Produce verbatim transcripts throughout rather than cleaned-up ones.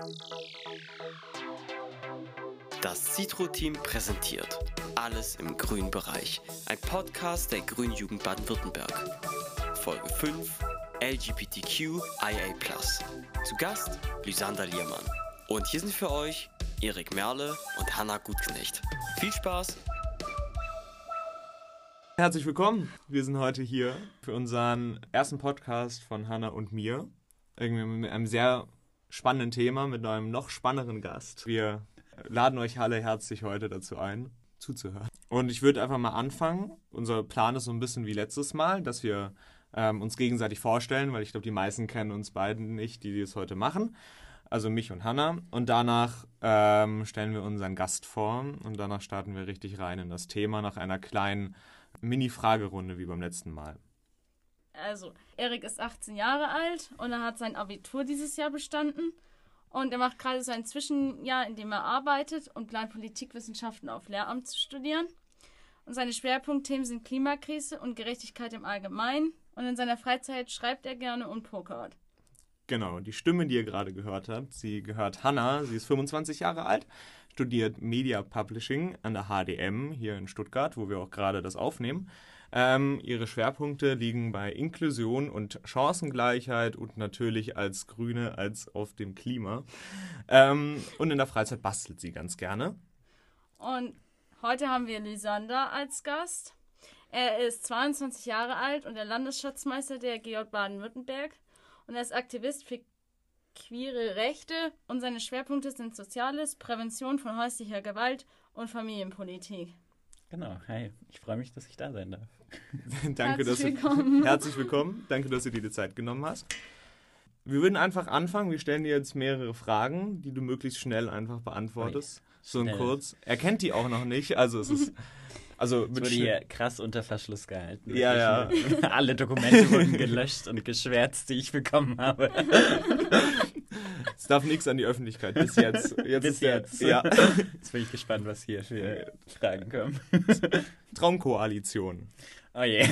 Das Citro-Team präsentiert Alles im grünen Bereich. Ein Podcast der Grünen Jugend Baden-Württemberg. Folge fünf, L G B T Q I A plus. Zu Gast Lysander Liermann. Und hier sind für euch Erik Merle und Hanna Gutknecht. Viel Spaß! Herzlich willkommen. Wir sind heute hier für unseren ersten Podcast von Hanna und mir. Irgendwie mit einem sehr spannenden Thema, mit einem noch spannenderen Gast. Wir laden euch alle herzlich heute dazu ein, zuzuhören. Und ich würde einfach mal anfangen. Unser Plan ist so ein bisschen wie letztes Mal, dass wir ähm, uns gegenseitig vorstellen, weil ich glaube, die meisten kennen uns beiden nicht, die es heute machen. Also mich und Hanna. Und danach ähm, stellen wir unseren Gast vor und danach starten wir richtig rein in das Thema nach einer kleinen Mini-Fragerunde wie beim letzten Mal. Also, Erik ist achtzehn Jahre alt und er hat sein Abitur dieses Jahr bestanden. Und er macht gerade so ein Zwischenjahr, in dem er arbeitet und plant Politikwissenschaften auf Lehramt zu studieren. Und seine Schwerpunktthemen sind Klimakrise und Gerechtigkeit im Allgemeinen. Und in seiner Freizeit schreibt er gerne und pokert. Genau, die Stimme, die ihr gerade gehört habt, sie gehört Hanna. Sie ist fünfundzwanzig Jahre alt, studiert Media Publishing an der H D M hier in Stuttgart, wo wir auch gerade das aufnehmen. Ähm, ihre Schwerpunkte liegen bei Inklusion und Chancengleichheit und natürlich als Grüne als auf dem Klima. Ähm, und in der Freizeit bastelt sie ganz gerne. Und heute haben wir Lysander als Gast. Er ist zweiundzwanzig Jahre alt und der Landesschatzmeister der G J Baden-Württemberg. Und er ist Aktivist für queere Rechte und seine Schwerpunkte sind Soziales, Prävention von häuslicher Gewalt und Familienpolitik. Genau, hi. Ich freue mich, dass ich da sein darf. Danke, herzlich dass willkommen. Du, herzlich willkommen. Danke, dass du dir die Zeit genommen hast. Wir würden einfach anfangen. Wir stellen dir jetzt mehrere Fragen, die du möglichst schnell einfach beantwortest. Oh, so ein kurz. Er kennt die auch noch nicht, also es ist... Also es wurde hier krass unter Verschluss gehalten. Ja, ja. Alle Dokumente wurden gelöscht und geschwärzt, die ich bekommen habe. Es darf nichts an die Öffentlichkeit, bis jetzt. jetzt bis jetzt. Der, ja. Jetzt bin ich gespannt, was hier für Fragen kommen. Traumkoalition. Oh je.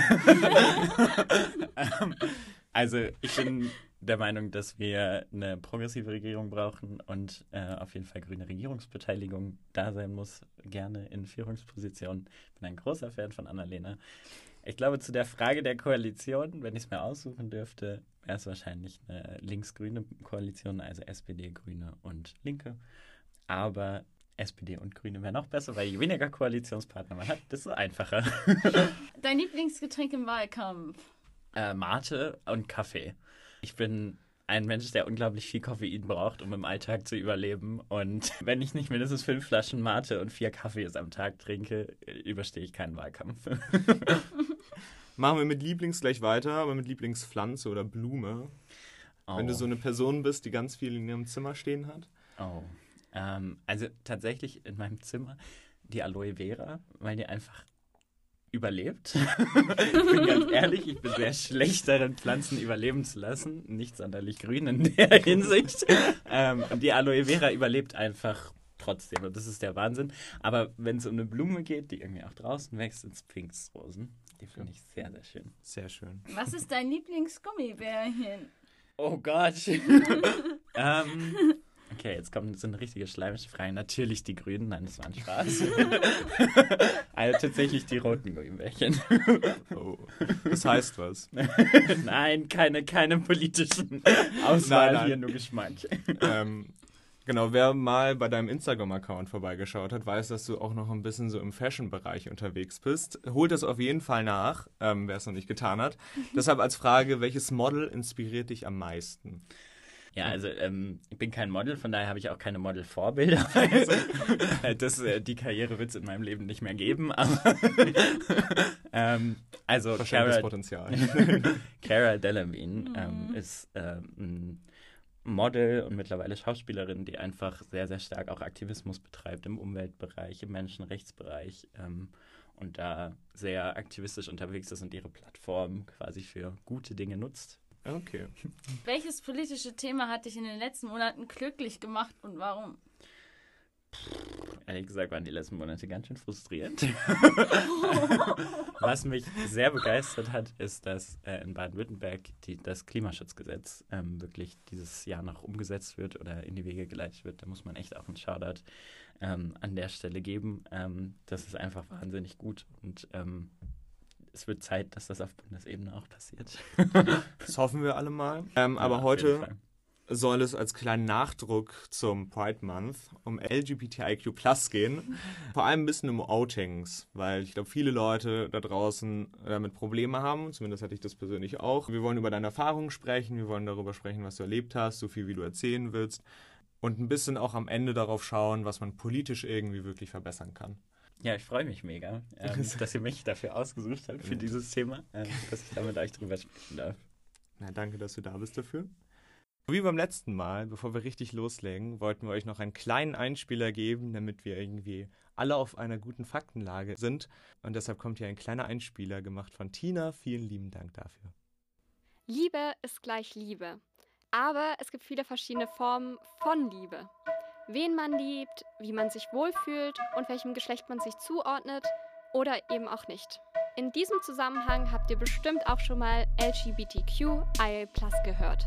Also ich bin der Meinung, dass wir eine progressive Regierung brauchen und äh, auf jeden Fall grüne Regierungsbeteiligung da sein muss, gerne in Führungspositionen. Ich bin ein großer Fan von Annalena. Ich glaube, zu der Frage der Koalition, wenn ich es mir aussuchen dürfte, wäre es wahrscheinlich eine links-grüne Koalition, also S P D, Grüne und Linke. Aber S P D und Grüne wäre noch besser, weil je weniger Koalitionspartner man hat, desto einfacher. Dein Lieblingsgetränk im Wahlkampf? Äh, Mate und Kaffee. Ich bin ein Mensch, der unglaublich viel Koffein braucht, um im Alltag zu überleben. Und wenn ich nicht mindestens fünf Flaschen Mate und vier Kaffees am Tag trinke, überstehe ich keinen Wahlkampf. Machen wir mit Lieblings gleich weiter, aber mit Lieblingspflanze oder Blume. Oh. Wenn du so eine Person bist, die ganz viel in ihrem Zimmer stehen hat. Oh, ähm, also tatsächlich in meinem Zimmer die Aloe Vera, weil die einfach überlebt. Ich bin ganz ehrlich, ich bin sehr schlecht darin, Pflanzen überleben zu lassen. Nicht sonderlich grün in der Hinsicht. Ähm, und die Aloe Vera überlebt einfach trotzdem. Und das ist der Wahnsinn. Aber wenn es um eine Blume geht, die irgendwie auch draußen wächst, sind es Pfingstrosen. Die finde ich sehr, sehr schön. Sehr schön. Was ist dein Lieblingsgummibärchen? Oh Gott. ähm... Okay, jetzt kommt so eine richtige schleimische Frage. Natürlich die Grünen. Nein, das war ein Spaß. Also tatsächlich die roten Gummibärchen. Oh, das heißt was? Nein, keine, keine politischen Auswahl, nein, nein. Hier nur Geschmack. Ähm, genau, wer mal bei deinem Instagram-Account vorbeigeschaut hat, weiß, dass du auch noch ein bisschen so im Fashion-Bereich unterwegs bist. Holt das auf jeden Fall nach, ähm, wer es noch nicht getan hat. Deshalb als Frage, welches Model inspiriert dich am meisten? Ja, also ähm, ich bin kein Model, von daher habe ich auch keine Model-Vorbilder. Also, das, äh, die Karriere wird es in meinem Leben nicht mehr geben. Aber ähm, also Cara, Potenzial. Cara Delevingne ähm, ist ähm, ein Model und mittlerweile Schauspielerin, die einfach sehr, sehr stark auch Aktivismus betreibt im Umweltbereich, im Menschenrechtsbereich ähm, und da sehr aktivistisch unterwegs ist und ihre Plattform quasi für gute Dinge nutzt. Okay. Welches politische Thema hat dich in den letzten Monaten glücklich gemacht und warum? ehrlich gesagt waren die letzten Monate ganz schön frustrierend. Was mich sehr begeistert hat, ist, dass äh, in Baden-Württemberg die, das Klimaschutzgesetz ähm, wirklich dieses Jahr noch umgesetzt wird oder in die Wege geleitet wird. Da muss man echt auch einen Shoutout ähm, an der Stelle geben. Ähm, das ist einfach wahnsinnig gut und ähm, es wird Zeit, dass das auf Bundesebene auch passiert. Das hoffen wir alle mal. Ähm, Ja, aber auf heute jeden Fall. soll es als kleinen Nachdruck zum Pride Month um L G B T I Q plus gehen. Vor allem ein bisschen um Outings, weil ich glaube, viele Leute da draußen damit Probleme haben. Zumindest hatte ich das persönlich auch. Wir wollen über deine Erfahrungen sprechen, wir wollen darüber sprechen, was du erlebt hast, so viel wie du erzählen willst. Und ein bisschen auch am Ende darauf schauen, was man politisch irgendwie wirklich verbessern kann. Ja, ich freue mich mega, ähm, dass ihr mich dafür ausgesucht habt für dieses Thema, ähm, dass ich da mit euch drüber sprechen darf. Na, danke, dass du da bist dafür. Wie beim letzten Mal, bevor wir richtig loslegen, wollten wir euch noch einen kleinen Einspieler geben, damit wir irgendwie alle auf einer guten Faktenlage sind. Und deshalb kommt hier ein kleiner Einspieler, gemacht von Tina. Vielen lieben Dank dafür. Liebe ist gleich Liebe. Aber es gibt viele verschiedene Formen von Liebe. Wen man liebt, wie man sich wohlfühlt und welchem Geschlecht man sich zuordnet oder eben auch nicht. In diesem Zusammenhang habt ihr bestimmt auch schon mal L G B T Q I A plus gehört.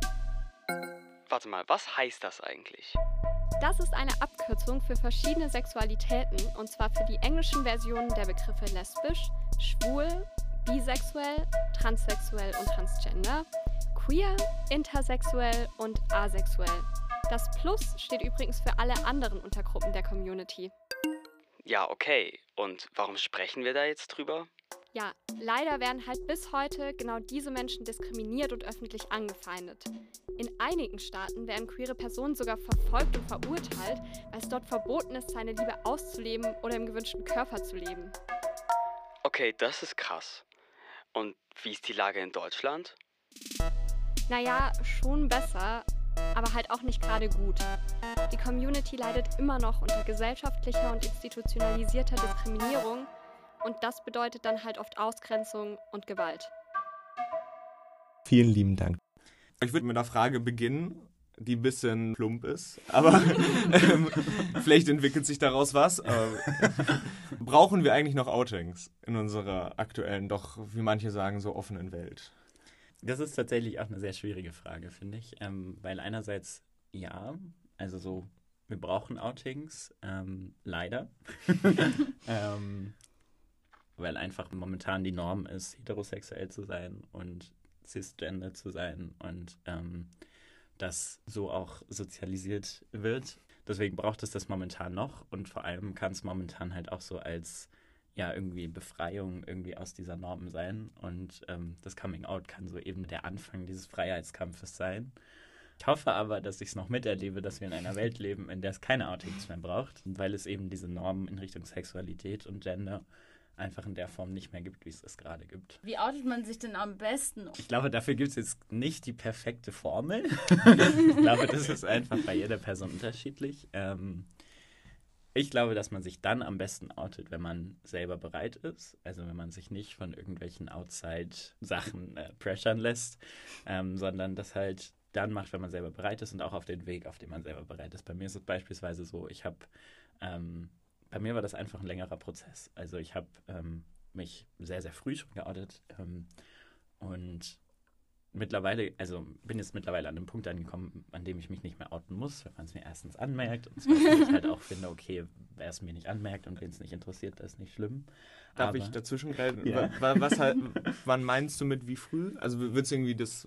Warte mal, was heißt das eigentlich? Das ist eine Abkürzung für verschiedene Sexualitäten und zwar für die englischen Versionen der Begriffe lesbisch, schwul, bisexuell, transsexuell und transgender, queer, intersexuell und asexuell. Das Plus steht übrigens für alle anderen Untergruppen der Community. Ja, okay. Und warum sprechen wir da jetzt drüber? Ja, leider werden halt bis heute genau diese Menschen diskriminiert und öffentlich angefeindet. In einigen Staaten werden queere Personen sogar verfolgt und verurteilt, weil es dort verboten ist, seine Liebe auszuleben oder im gewünschten Körper zu leben. Okay, das ist krass. Und wie ist die Lage in Deutschland? Naja, schon besser, aber halt auch nicht gerade gut. Die Community leidet immer noch unter gesellschaftlicher und institutionalisierter Diskriminierung und das bedeutet dann halt oft Ausgrenzung und Gewalt. Vielen lieben Dank. Ich würde mit einer Frage beginnen, die ein bisschen plump ist, aber ähm, vielleicht entwickelt sich daraus was. Äh, brauchen wir eigentlich noch Outings in unserer aktuellen, doch wie manche sagen, so offenen Welt? Das ist tatsächlich auch eine sehr schwierige Frage, finde ich, ähm, weil einerseits ja, also so, wir brauchen Outings, ähm, leider, ähm, weil einfach momentan die Norm ist, heterosexuell zu sein und cisgender zu sein und ähm, das so auch sozialisiert wird. Deswegen braucht es das momentan noch und vor allem kann es momentan halt auch so als ja irgendwie Befreiung irgendwie aus dieser Norm sein und ähm, das Coming Out kann so eben der Anfang dieses Freiheitskampfes sein. Ich hoffe aber, dass ich es noch miterlebe, dass wir in einer Welt leben, in der es keine Outings mehr braucht, weil es eben diese Normen in Richtung Sexualität und Gender einfach in der Form nicht mehr gibt, wie es es gerade gibt. Wie outet man sich denn am besten? Ich glaube, dafür gibt es jetzt nicht die perfekte Formel. Ich glaube, das ist einfach bei jeder Person unterschiedlich. Ähm, ich glaube, dass man sich dann am besten outet, wenn man selber bereit ist. Also wenn man sich nicht von irgendwelchen Outside-Sachen äh, pressern lässt, ähm, sondern das halt dann macht, wenn man selber bereit ist und auch auf den Weg, auf den man selber bereit ist. Bei mir ist es beispielsweise so, ich habe ähm, Bei mir war das einfach ein längerer Prozess. Also ich habe ähm, mich sehr, sehr früh schon geoutet ähm, und mittlerweile, also bin jetzt mittlerweile an einem Punkt angekommen, an dem ich mich nicht mehr outen muss, wenn man es mir erstens anmerkt und zweitens ich halt auch finde, okay, wer es mir nicht anmerkt und wen es nicht interessiert, das ist nicht schlimm. Darf Aber, ich dazwischen greifen? Ja. Was, was halt, wann meinst du mit wie früh? Also willst du irgendwie das...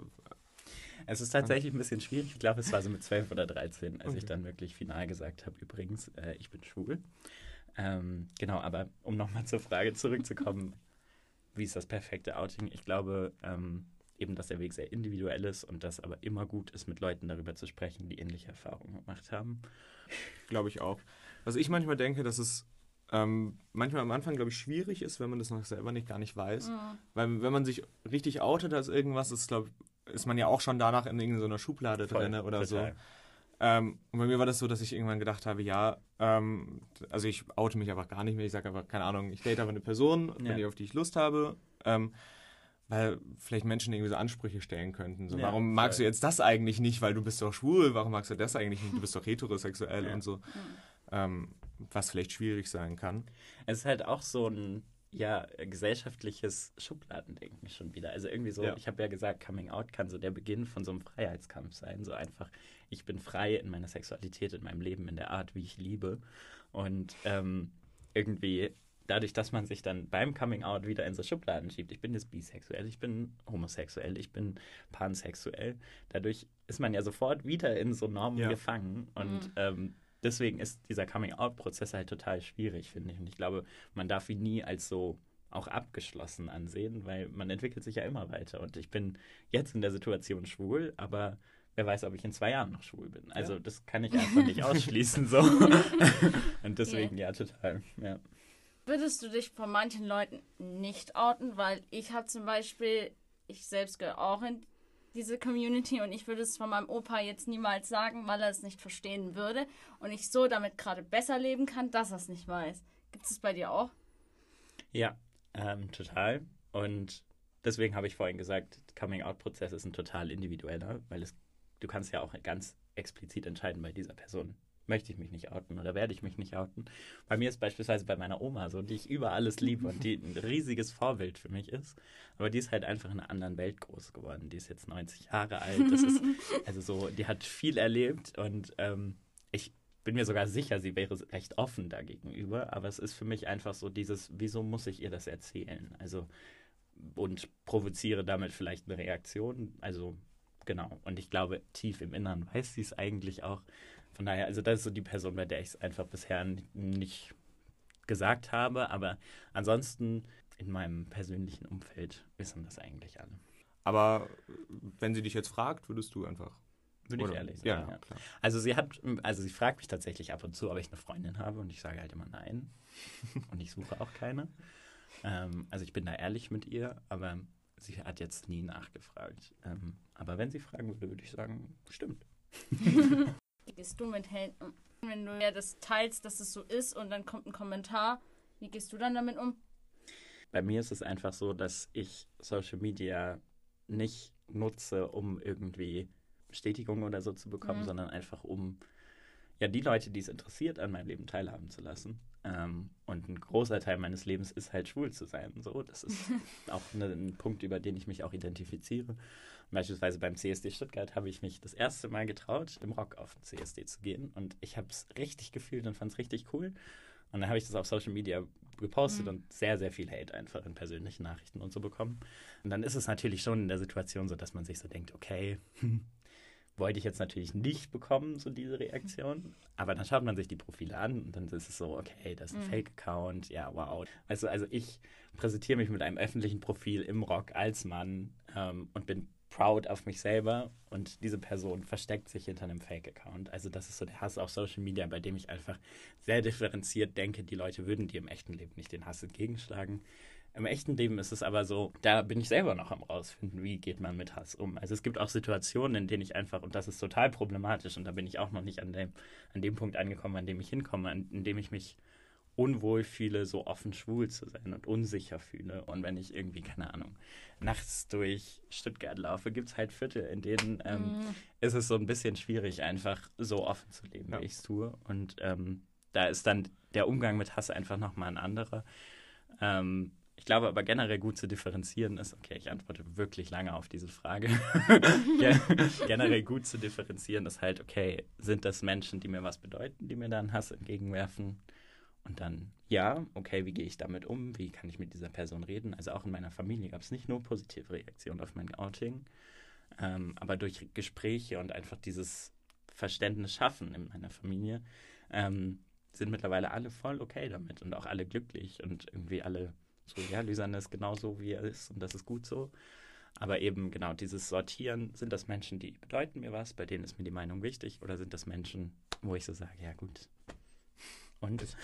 Es ist tatsächlich ein bisschen schwierig. Ich glaube, es war so mit zwölf oder dreizehn, als Okay. ich dann wirklich final gesagt habe, übrigens, äh, ich bin schwul. Ähm, genau, aber um nochmal zur Frage zurückzukommen, wie ist das perfekte Outing? Ich glaube ähm, eben, dass der Weg sehr individuell ist und dass aber immer gut ist, mit Leuten darüber zu sprechen, die ähnliche Erfahrungen gemacht haben. Glaube ich auch. Was ich manchmal denke, dass es ähm, manchmal am Anfang, glaube ich, schwierig ist, wenn man das noch selber nicht gar nicht weiß. Mhm. Weil wenn man sich richtig outet als irgendwas, ist, glaube ist man ja auch schon danach in irgendeiner Schublade Voll, drin oder total. so. Ähm, und bei mir war das so, dass ich irgendwann gedacht habe, ja, ähm, also ich oute mich einfach gar nicht mehr. Ich sage einfach, keine Ahnung, ich date aber eine Person, Ja. wenn die, auf die ich Lust habe. Ähm, weil vielleicht Menschen irgendwie so Ansprüche stellen könnten. So, Ja, warum magst du voll. jetzt das eigentlich nicht, weil du bist doch schwul? Warum magst du das eigentlich nicht? Du bist doch heterosexuell Ja. und so. Ähm, was vielleicht schwierig sein kann. Es ist halt auch so ein ja, gesellschaftliches Schubladendenken schon wieder. Also irgendwie so, ja. Ich habe ja gesagt, Coming Out kann so der Beginn von so einem Freiheitskampf sein. So einfach, ich bin frei in meiner Sexualität, in meinem Leben, in der Art, wie ich liebe. Und ähm, irgendwie dadurch, dass man sich dann beim Coming Out wieder in so Schubladen schiebt, ich bin jetzt bisexuell, ich bin homosexuell, ich bin pansexuell, dadurch ist man ja sofort wieder in so Normen ja. gefangen. Und mhm. ähm, deswegen ist dieser Coming-out-Prozess halt total schwierig, finde ich. Und ich glaube, man darf ihn nie als so auch abgeschlossen ansehen, weil man entwickelt sich ja immer weiter. Und ich bin jetzt in der Situation schwul, aber wer weiß, ob ich in zwei Jahren noch schwul bin. Also ja. das kann ich einfach nicht ausschließen. So. Und deswegen, yeah. ja, total. Ja. Würdest du dich von manchen Leuten nicht outen? Weil ich habe zum Beispiel, ich selbst gehöre auch in diese Community und ich würde es von meinem Opa jetzt niemals sagen, weil er es nicht verstehen würde und ich so damit gerade besser leben kann, dass er es nicht weiß. Gibt es bei dir auch? Ja, ähm, total. Und deswegen habe ich vorhin gesagt, Coming-out-Prozess ist ein total individueller, weil es, du kannst ja auch ganz explizit entscheiden bei dieser Person. Möchte ich mich nicht outen oder werde ich mich nicht outen? Bei mir ist beispielsweise bei meiner Oma so, die ich über alles liebe und die ein riesiges Vorbild für mich ist. Aber die ist halt einfach in einer anderen Welt groß geworden. Die ist jetzt neunzig Jahre alt. Das ist, also so, die hat viel erlebt und ähm, ich bin mir sogar sicher, sie wäre recht offen dagegenüber. Aber es ist für mich einfach so dieses, wieso muss ich ihr das erzählen? Also, und provoziere damit vielleicht eine Reaktion. Also, genau. Und ich glaube, tief im Innern weiß sie es eigentlich auch. Von daher, also das ist so die Person, bei der ich es einfach bisher nicht gesagt habe. Aber ansonsten in meinem persönlichen Umfeld wissen das eigentlich alle. Aber wenn sie dich jetzt fragt, würdest du einfach... Würde ich ehrlich sagen, ja, ja. Klar. Also sie hat, also sie fragt mich tatsächlich ab und zu, ob ich eine Freundin habe. Und ich sage halt immer nein. Und ich suche auch keine. Ähm, also ich bin da ehrlich mit ihr, aber sie hat jetzt nie nachgefragt. Ähm, aber wenn sie fragen würde, würde ich sagen, stimmt. Wie gehst du mit Hate um? Wenn du ja das teilst, dass es so ist und dann kommt ein Kommentar, wie gehst du dann damit um? Bei mir ist es einfach so, dass ich Social Media nicht nutze, um irgendwie Bestätigung oder so zu bekommen, mhm. sondern einfach um ja die Leute, die es interessiert, an meinem Leben teilhaben zu lassen. Ähm, und ein großer Teil meines Lebens ist halt schwul zu sein. So, das ist auch ne, ein Punkt, über den ich mich auch identifiziere. Beispielsweise beim C S D Stuttgart habe ich mich das erste Mal getraut, im Rock auf den C S D zu gehen. Und ich habe es richtig gefühlt und fand es richtig cool. Und dann habe ich das auf Social Media gepostet mhm. und sehr, sehr viel Hate einfach in persönlichen Nachrichten und so bekommen. Und dann ist es natürlich schon in der Situation so, dass man sich so denkt, okay, wollte ich jetzt natürlich nicht bekommen, so diese Reaktion. Aber dann schaut man sich die Profile an und dann ist es so, okay, das ist ein mhm. Fake-Account, ja, wow. Also, also ich präsentiere mich mit einem öffentlichen Profil im Rock als Mann ähm, und bin proud auf mich selber und diese Person versteckt sich hinter einem Fake-Account. Also das ist so der Hass auf Social Media, bei dem ich einfach sehr differenziert denke, die Leute würden dir im echten Leben nicht den Hass entgegenschlagen. Im echten Leben ist es aber so, da bin ich selber noch am rausfinden, wie geht man mit Hass um. Also es gibt auch Situationen, in denen ich einfach, und das ist total problematisch, und da bin ich auch noch nicht an dem, an dem Punkt angekommen, an dem ich hinkomme, an, in dem ich mich unwohl fühle, so offen schwul zu sein und unsicher fühle. Und wenn ich irgendwie, keine Ahnung, nachts durch Stuttgart laufe, gibt es halt Viertel, in denen ähm, mm. ist es so ein bisschen schwierig, einfach so offen zu leben, ja. wie ich es tue. Und ähm, da ist dann der Umgang mit Hass einfach nochmal ein anderer. Ähm, ich glaube aber generell gut zu differenzieren ist, okay, ich antworte wirklich lange auf diese Frage, generell gut zu differenzieren ist halt, okay, sind das Menschen, die mir was bedeuten, die mir dann Hass entgegenwerfen? Und dann, ja, okay, wie gehe ich damit um? Wie kann ich mit dieser Person reden? Also auch in meiner Familie gab es nicht nur positive Reaktionen auf mein Outing, ähm, aber durch Gespräche und einfach dieses Verständnis schaffen in meiner Familie ähm, sind mittlerweile alle voll okay damit und auch alle glücklich und irgendwie alle so, ja, Lysander ist genau so, wie er ist und das ist gut so. Aber eben genau dieses Sortieren, sind das Menschen, die bedeuten mir was, bei denen ist mir die Meinung wichtig, oder sind das Menschen, wo ich so sage, ja gut, und?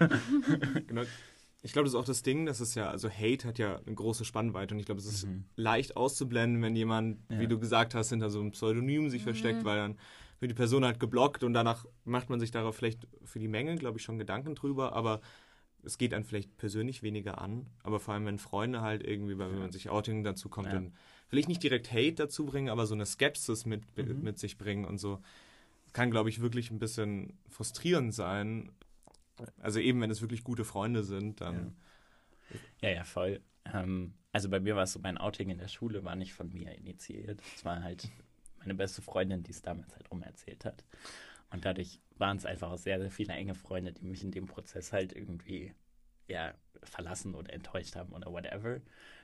Genau. Ich glaube, das ist auch das Ding, dass es ja, also Hate hat ja eine große Spannweite und ich glaube, es ist mhm. leicht auszublenden, wenn jemand, ja. wie du gesagt hast, hinter so einem Pseudonym sich mhm. versteckt, weil dann wird die Person halt geblockt und danach macht man sich darauf vielleicht für die Menge, glaube ich, schon Gedanken drüber, aber es geht dann vielleicht persönlich weniger an, aber vor allem, wenn Freunde halt irgendwie, wenn man sich Outing dazu kommt, ja. dann vielleicht nicht direkt Hate dazu bringen, aber so eine Skepsis mit, mhm. mit sich bringen und so, kann, glaube ich, wirklich ein bisschen frustrierend sein. Also eben, wenn es wirklich gute Freunde sind, dann... Ja, ja, ja voll. Ähm, also bei mir war es so, mein Outing in der Schule war nicht von mir initiiert. Es war halt meine beste Freundin, die es damals halt rum erzählt hat. Und dadurch waren es einfach auch sehr, sehr viele enge Freunde, die mich in dem Prozess halt irgendwie ja, verlassen oder enttäuscht haben oder whatever.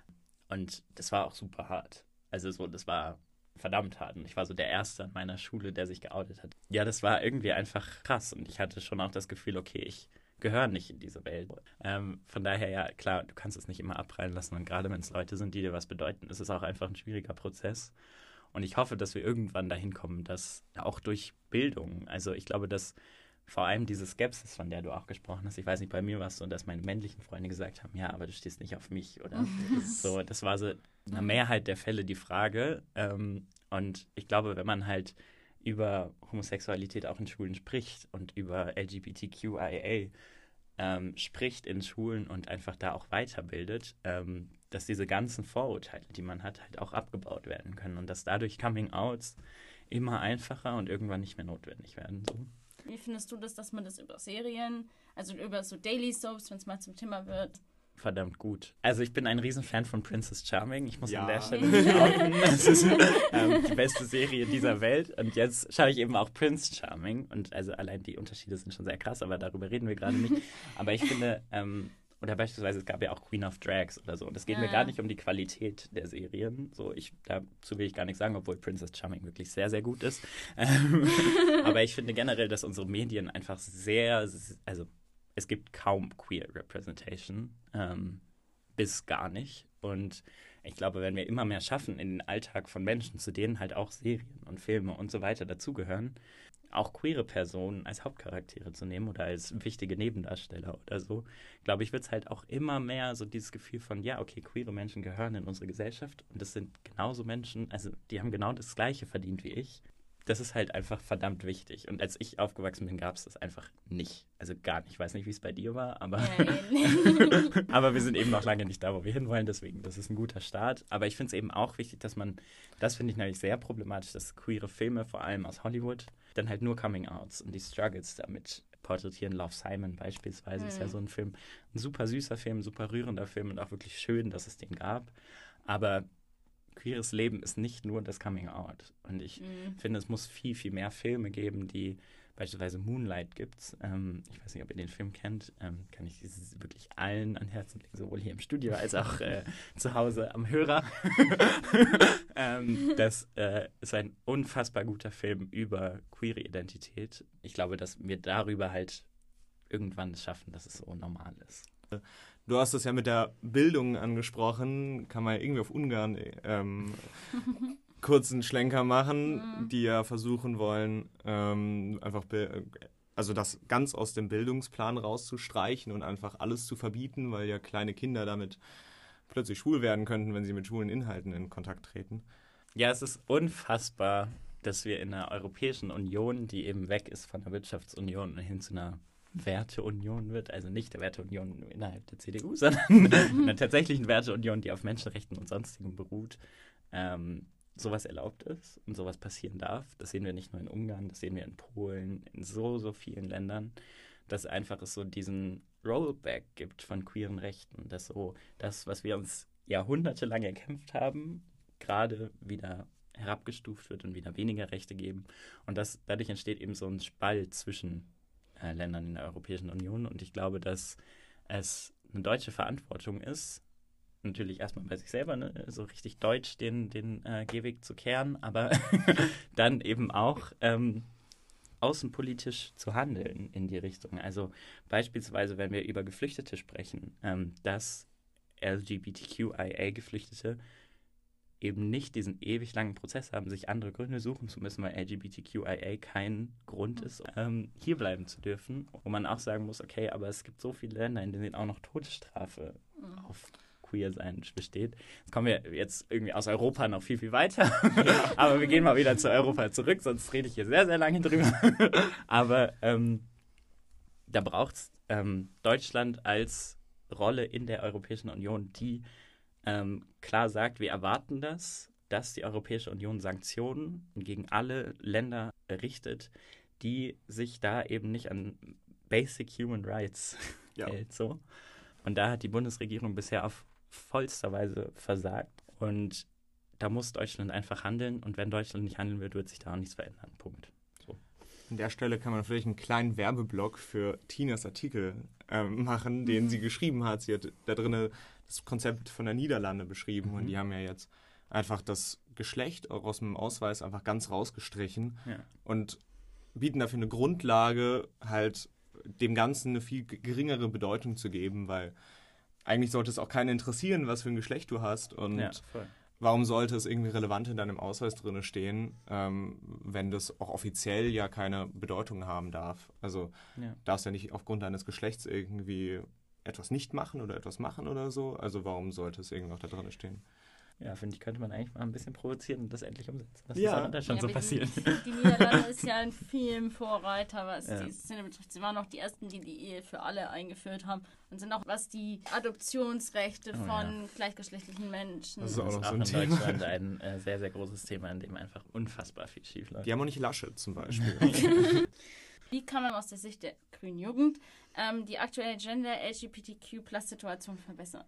Und das war auch super hart. Also so, das war verdammt hart. Und ich war so der Erste an meiner Schule, der sich geoutet hat. Ja, das war irgendwie einfach krass. Und ich hatte schon auch das Gefühl, okay, ich gehöre nicht in diese Welt. Ähm, von daher, ja, klar, du kannst es nicht immer abprallen lassen. Und gerade wenn es Leute sind, die dir was bedeuten, ist es auch einfach ein schwieriger Prozess. Und ich hoffe, dass wir irgendwann dahin kommen, dass auch durch Bildung, also ich glaube, dass vor allem diese Skepsis, von der du auch gesprochen hast, ich weiß nicht, bei mir war es so, dass meine männlichen Freunde gesagt haben, ja, aber du stehst nicht auf mich, oder so. Das war so eine Mehrheit der Fälle die Frage. Ähm, und ich glaube, wenn man halt über Homosexualität auch in Schulen spricht und über L G B T Q I A ähm, spricht in Schulen und einfach da auch weiterbildet, ähm, dass diese ganzen Vorurteile, die man hat, halt auch abgebaut werden können und dass dadurch Coming-Outs immer einfacher und irgendwann nicht mehr notwendig werden. So. Wie findest du das, dass man das über Serien, also über so Daily Soaps, wenn es mal zum Thema wird? Verdammt gut. Also ich bin ein Riesenfan von Princess Charming. Ich muss ja. an der Stelle nicht outen. Das ist ähm, die beste Serie dieser Welt. Und jetzt schaue ich eben auch Prince Charming. Und also allein die Unterschiede sind schon sehr krass, aber darüber reden wir gerade nicht. Aber ich finde, ähm, oder beispielsweise, es gab ja auch Queen of Drags oder so. Und es geht ja. mir gar nicht um die Qualität der Serien. So, ich, dazu will ich gar nichts sagen, obwohl Princess Charming wirklich sehr, sehr gut ist. Ähm, aber ich finde generell, dass unsere Medien einfach sehr, also es gibt kaum Queer Representation, ähm, bis gar nicht. Und ich glaube, wenn wir immer mehr schaffen, in den Alltag von Menschen, zu denen halt auch Serien und Filme und so weiter dazugehören, auch queere Personen als Hauptcharaktere zu nehmen oder als wichtige Nebendarsteller oder so, glaube ich, wird es halt auch immer mehr so dieses Gefühl von, ja, okay, queere Menschen gehören in unsere Gesellschaft und das sind genauso Menschen, also die haben genau das Gleiche verdient wie ich. Das ist halt einfach verdammt wichtig. Und als ich aufgewachsen bin, gab es das einfach nicht. Also gar nicht. Ich weiß nicht, wie es bei dir war, aber, Ja, aber wir sind eben noch lange nicht da, wo wir hinwollen. Deswegen, das ist ein guter Start. Aber ich finde es eben auch wichtig, dass man, das finde ich nämlich sehr problematisch, dass queere Filme, vor allem aus Hollywood, dann halt nur Coming-Outs und die Struggles damit porträtieren. Love, Simon beispielsweise mhm. ist ja so ein Film. Ein super süßer Film, super rührender Film und auch wirklich schön, dass es den gab. Aber queeres Leben ist nicht nur das Coming-out. Und ich mhm. finde, es muss viel, viel mehr Filme geben, die beispielsweise Moonlight gibt. Ähm, ich weiß nicht, ob ihr den Film kennt. Ähm, kann ich wirklich allen an Herzen legen, sowohl hier im Studio als auch äh, zu Hause am Hörer. ähm, das äh, ist ein unfassbar guter Film über queere Identität. Ich glaube, dass wir darüber halt irgendwann es schaffen, dass es so normal ist. Du hast es ja mit der Bildung angesprochen, kann man ja irgendwie auf Ungarn ähm, kurzen Schlenker machen, die ja versuchen wollen, ähm, einfach be- also das ganz aus dem Bildungsplan rauszustreichen und einfach alles zu verbieten, weil ja kleine Kinder damit plötzlich schwul werden könnten, wenn sie mit schwulen Inhalten in Kontakt treten. Ja, es ist unfassbar, dass wir in einer Europäischen Union, die eben weg ist von der Wirtschaftsunion hin zu einer Werteunion wird, also nicht der Werteunion innerhalb der C D U, sondern einer tatsächlichen Werteunion, die auf Menschenrechten und Sonstigem beruht, ähm, sowas erlaubt ist und sowas passieren darf. Das sehen wir nicht nur in Ungarn, das sehen wir in Polen, in so, so vielen Ländern, dass einfach es so diesen Rollback gibt von queeren Rechten, dass so das, was wir uns jahrhundertelang erkämpft haben, gerade wieder herabgestuft wird und wieder weniger Rechte geben. Und das, dadurch entsteht eben so ein Spalt zwischen Ländern in der Europäischen Union. Und ich glaube, dass es eine deutsche Verantwortung ist, natürlich erstmal bei sich selber, ne, so richtig deutsch den, den äh, Gehweg zu kehren, aber dann eben auch ähm, außenpolitisch zu handeln in die Richtung. Also beispielsweise, wenn wir über Geflüchtete sprechen, ähm, dass L G B T Q I A-Geflüchtete eben nicht diesen ewig langen Prozess haben, sich andere Gründe suchen zu müssen, weil L G B T Q I A kein Grund ist, ähm, hier bleiben zu dürfen. Wo man auch sagen muss, okay, aber es gibt so viele Länder, in denen auch noch Todesstrafe mhm. auf Queer-Sein besteht. Jetzt kommen wir jetzt irgendwie aus Europa noch viel, viel weiter. Ja. Aber wir gehen mal wieder zu Europa zurück, sonst rede ich hier sehr, sehr lange drüber. Aber ähm, da braucht es ähm, Deutschland als Rolle in der Europäischen Union, die Ähm, klar sagt, wir erwarten das, dass die Europäische Union Sanktionen gegen alle Länder errichtet, die sich da eben nicht an Basic Human Rights Ja. hält. So. Und da hat die Bundesregierung bisher auf vollster Weise versagt. Und da muss Deutschland einfach handeln. Und wenn Deutschland nicht handeln wird, wird sich da auch nichts verändern. Punkt. So. An der Stelle kann man vielleicht einen kleinen Werbeblock für Tinas Artikel ähm, machen, den sie geschrieben hat. Sie hat da drin das Konzept von der Niederlande beschrieben. Mhm. Und die haben ja jetzt einfach das Geschlecht auch aus dem Ausweis einfach ganz rausgestrichen. Ja. Und bieten dafür eine Grundlage, halt dem Ganzen eine viel geringere Bedeutung zu geben, weil eigentlich sollte es auch keinen interessieren, was für ein Geschlecht du hast und Ja, voll. warum sollte es irgendwie relevant in deinem Ausweis drin stehen, ähm, wenn das auch offiziell ja keine Bedeutung haben darf. Also Ja. darfst ja nicht aufgrund deines Geschlechts irgendwie etwas nicht machen oder etwas machen oder so. Also warum sollte es irgendwie auch da drin stehen? Ja, finde ich, könnte man eigentlich mal ein bisschen provozieren und das endlich umsetzen. Was Ja. ist auch in Deutschland Ja, so aber passiert? Die, die Niederlande ist ja ein Filmvorreiter, was Ja. diese Szene betrifft. Sie waren auch die ersten, die die Ehe für alle eingeführt haben und sind auch, was die Adoptionsrechte Oh, von ja. gleichgeschlechtlichen Menschen. Das ist auch Das noch ist so auch ein in Thema. Deutschland ein äh, sehr, sehr großes Thema, in dem einfach unfassbar viel schief läuft. Die haben auch nicht Laschet zum Beispiel. Wie kann man aus der Sicht der grünen Jugend ähm, die aktuelle Gender-L G B T Q Plus Situation verbessern?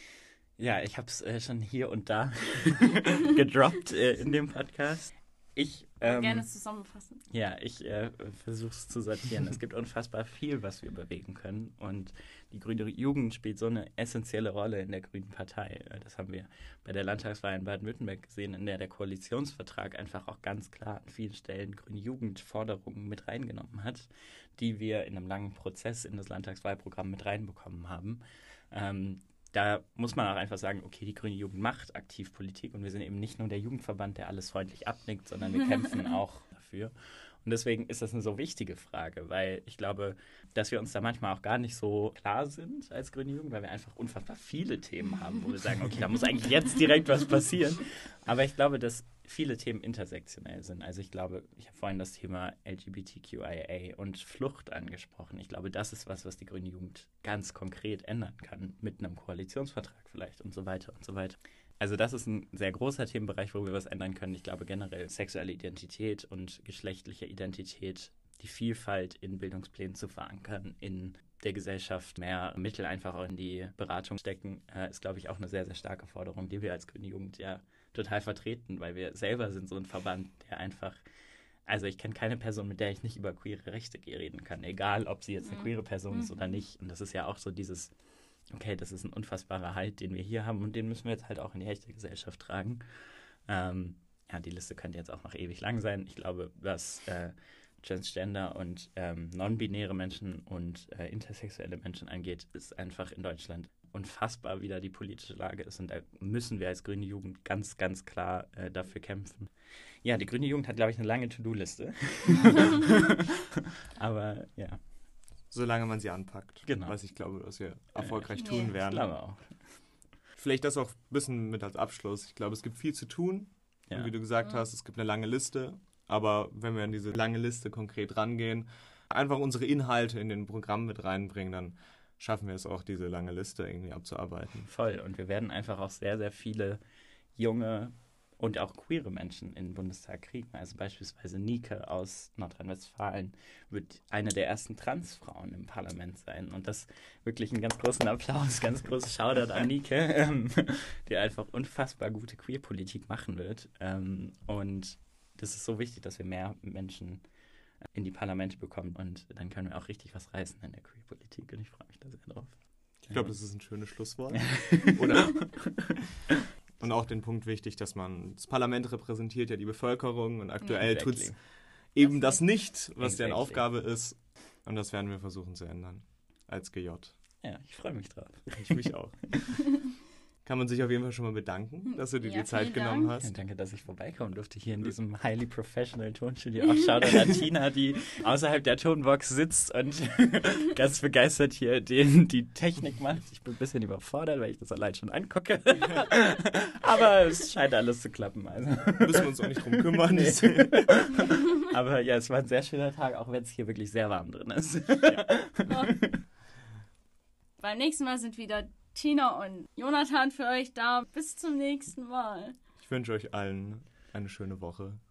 Ja, ich habe es äh, schon hier und da gedroppt äh, in dem Podcast. Ich ähm, Gerne zusammenfassen. Ja, ich äh, versuche es zu sortieren. Es gibt unfassbar viel, was wir bewegen können. Und die grüne Jugend spielt so eine essentielle Rolle in der Grünen Partei. Äh, Das haben wir bei der Landtagswahl in Baden-Württemberg gesehen, in der der Koalitionsvertrag einfach auch ganz klar an vielen Stellen grüne Jugendforderungen mit reingenommen hat, die wir in einem langen Prozess in das Landtagswahlprogramm mit reinbekommen haben. Ähm, Da muss man auch einfach sagen, okay, die grüne Jugend macht aktiv Politik und wir sind eben nicht nur der Jugendverband, der alles freundlich abnickt, sondern wir kämpfen auch dafür. Und deswegen ist das eine so wichtige Frage, weil ich glaube, dass wir uns da manchmal auch gar nicht so klar sind als grüne Jugend, weil wir einfach unfassbar viele Themen haben, wo wir sagen, okay, da muss eigentlich jetzt direkt was passieren. Aber ich glaube, dass viele Themen intersektionell sind. Also ich glaube, ich habe vorhin das Thema L G B T Q I A und Flucht angesprochen. Ich glaube, das ist was, was die grüne Jugend ganz konkret ändern kann, mit einem Koalitionsvertrag vielleicht und so weiter und so weiter. Also das ist ein sehr großer Themenbereich, wo wir was ändern können. Ich glaube generell sexuelle Identität und geschlechtliche Identität, die Vielfalt in Bildungsplänen zu verankern, in der Gesellschaft mehr Mittel einfach auch in die Beratung stecken, äh, ist, glaube ich, auch eine sehr, sehr starke Forderung, die wir als grüne Jugend ja total vertreten, weil wir selber sind so ein Verband, der einfach, also ich kenne keine Person, mit der ich nicht über queere Rechte reden kann, egal ob sie jetzt eine queere Person ist oder nicht. Und das ist ja auch so dieses, okay, das ist ein unfassbarer Halt, den wir hier haben und den müssen wir jetzt halt auch in die echte Gesellschaft tragen. Ähm, ja, die Liste könnte jetzt auch noch ewig lang sein. Ich glaube, was äh, Transgender und ähm, non-binäre Menschen und äh, intersexuelle Menschen angeht, ist einfach in Deutschland unfassbar, wie da die politische Lage ist. Und da müssen wir als grüne Jugend ganz, ganz klar äh, dafür kämpfen. Ja, die grüne Jugend hat, glaube ich, eine lange To-Do-Liste. Aber ja. Solange man sie anpackt. Genau. Was ich glaube, was wir erfolgreich Ja. tun Ja. werden. Ich glaube auch. Vielleicht das auch ein bisschen mit als Abschluss. Ich glaube, es gibt viel zu tun. Ja. Und wie du gesagt hast, es gibt eine lange Liste. Aber wenn wir an diese lange Liste konkret rangehen, einfach unsere Inhalte in den Programm mit reinbringen, dann schaffen wir es auch, diese lange Liste irgendwie abzuarbeiten. Voll. Und wir werden einfach auch sehr, sehr viele junge und auch queere Menschen in den Bundestag kriegen. Also beispielsweise Nike aus Nordrhein-Westfalen wird eine der ersten Transfrauen im Parlament sein. Und das wirklich einen ganz großen Applaus, ganz großes Shoutout an Nike, ähm, die einfach unfassbar gute Queerpolitik machen wird. Ähm, und das ist so wichtig, dass wir mehr Menschen in die Parlamente bekommen. Und dann können wir auch richtig was reißen in der Queerpolitik. Und ich freue mich da sehr drauf. Ich glaube, das ist ein schönes Schlusswort. Oder? Und auch den Punkt wichtig, dass man, das Parlament repräsentiert ja die Bevölkerung und aktuell Exactly. tut es eben das nicht, was deren Exactly. Aufgabe ist. Und das werden wir versuchen zu ändern. Als G J. Ja, ich freue mich drauf. Ich mich auch. Kann man sich auf jeden Fall schon mal bedanken, dass du dir Ja, die Zeit vielen genommen Dank. Ja, hast. danke, dass ich vorbeikommen durfte hier in diesem highly professional Tonstudio. Auch Shoutout an Tina, die außerhalb der Tonbox sitzt und ganz begeistert hier den, die Technik macht. Ich bin ein bisschen überfordert, weil ich das allein schon angucke. Aber es scheint alles zu klappen. Also. Müssen wir uns auch nicht drum kümmern. Nee. Aber ja, es war ein sehr schöner Tag, auch wenn es hier wirklich sehr warm drin ist. Beim nächsten Mal sind wieder Tina und Jonathan für euch da. Bis zum nächsten Mal. Ich wünsche euch allen eine schöne Woche.